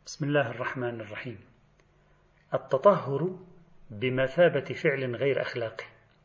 بسم الله الرحمن الرحيم. التطهر بمثابة فعل غير أخلاقي.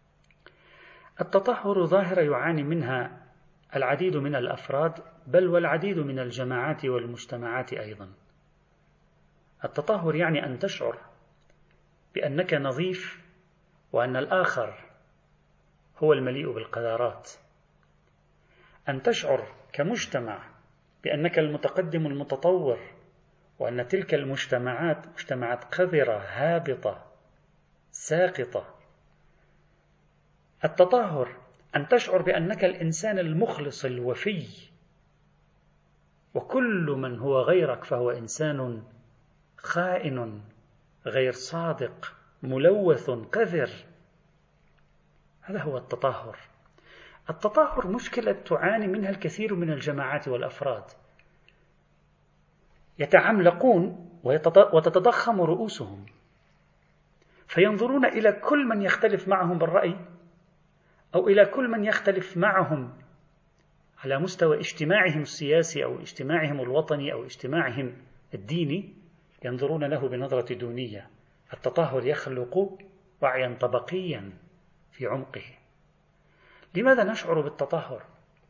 التطهر ظاهرة يعاني منها العديد من الأفراد، بل والعديد من الجماعات والمجتمعات أيضا. التطهر يعني أن تشعر بأنك نظيف وأن الآخر هو المليء بالقذارات، أن تشعر كمجتمع بأنك المتقدم المتطور، وأن تلك المجتمعات مجتمعات قذرة هابطة ساقطة. التطهر أن تشعر بأنك الإنسان المخلص الوفي، وكل من هو غيرك فهو إنسان خائن غير صادق ملوث قذر. هذا هو التطهر. التطهر مشكلة تعاني منها الكثير من الجماعات والأفراد، يتعملقون وتتضخم رؤوسهم، فينظرون إلى كل من يختلف معهم بالرأي أو إلى كل من يختلف معهم على مستوى اجتماعهم السياسي أو اجتماعهم الوطني أو اجتماعهم الديني، ينظرون له بنظرة دونية. التطهر يخلق وعيا طبقيا في عمقه. لماذا نشعر بالتطهر؟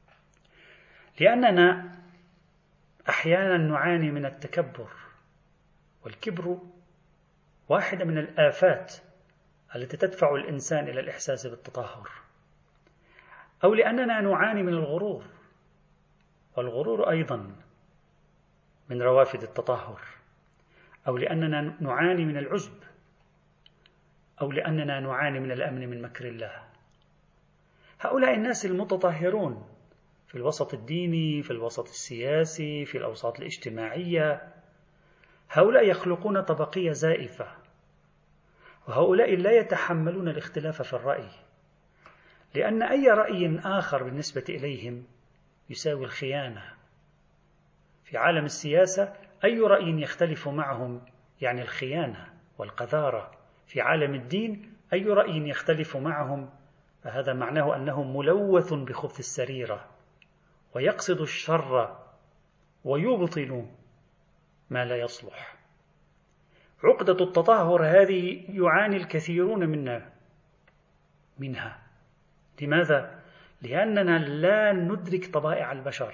لأننا أحيانا نعاني من التكبر، والكبر واحدة من الآفات التي تدفع الإنسان إلى الإحساس بالتطهر. أو لأننا نعاني من الغرور، والغرور أيضا من روافد التطهر. أو لأننا نعاني من العجب، أو لأننا نعاني من الأمن من مكر الله. هؤلاء الناس المتطهرون في الوسط الديني، في الوسط السياسي، في الأوساط الاجتماعية، هؤلاء يخلقون طبقية زائفة، وهؤلاء لا يتحملون الاختلاف في الرأي، لأن أي رأي آخر بالنسبة إليهم يساوي الخيانة. في عالم السياسة أي رأي يختلف معهم يعني الخيانة والقذارة. في عالم الدين أي رأي يختلف معهم فهذا معناه أنه ملوث بخبث السريرة، ويقصد الشر ويبطل ما لا يصلح. عقدة التطهر هذه يعاني الكثيرون منها. لماذا؟ لأننا لا ندرك طبائع البشر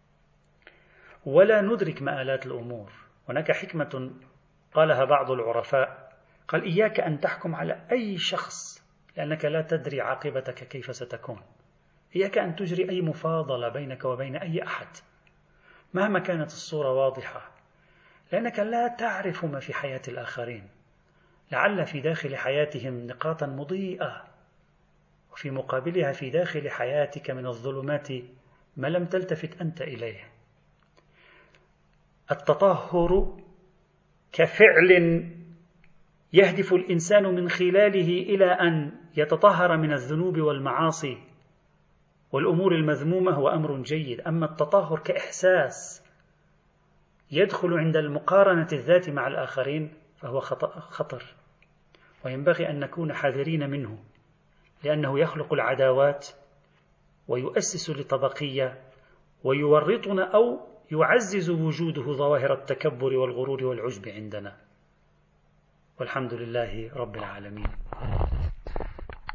ولا ندرك مآلات الأمور. هناك حكمة قالها بعض العرفاء، قال: إياك أن تحكم على أي شخص لأنك لا تدري عاقبتك كيف ستكون. إياك أن تجري أي مفاضلة بينك وبين أي أحد مهما كانت الصورة واضحة، لأنك لا تعرف ما في حياة الآخرين. لعل في داخل حياتهم نقاطا مضيئة، وفي مقابلها في داخل حياتك من الظلمات ما لم تلتفت أنت إليه. التطهر كفعل يهدف الإنسان من خلاله إلى أن يتطهر من الذنوب والمعاصي والأمور المذمومة هو أمر جيد. أما التطهر كإحساس يدخل عند المقارنة الذات مع الآخرين فهو خطر، وينبغي أن نكون حذرين منه، لأنه يخلق العداوات ويؤسس لطبقية ويورطنا أو يعزز وجوده ظواهر التكبر والغرور والعجب عندنا. والحمد لله رب العالمين.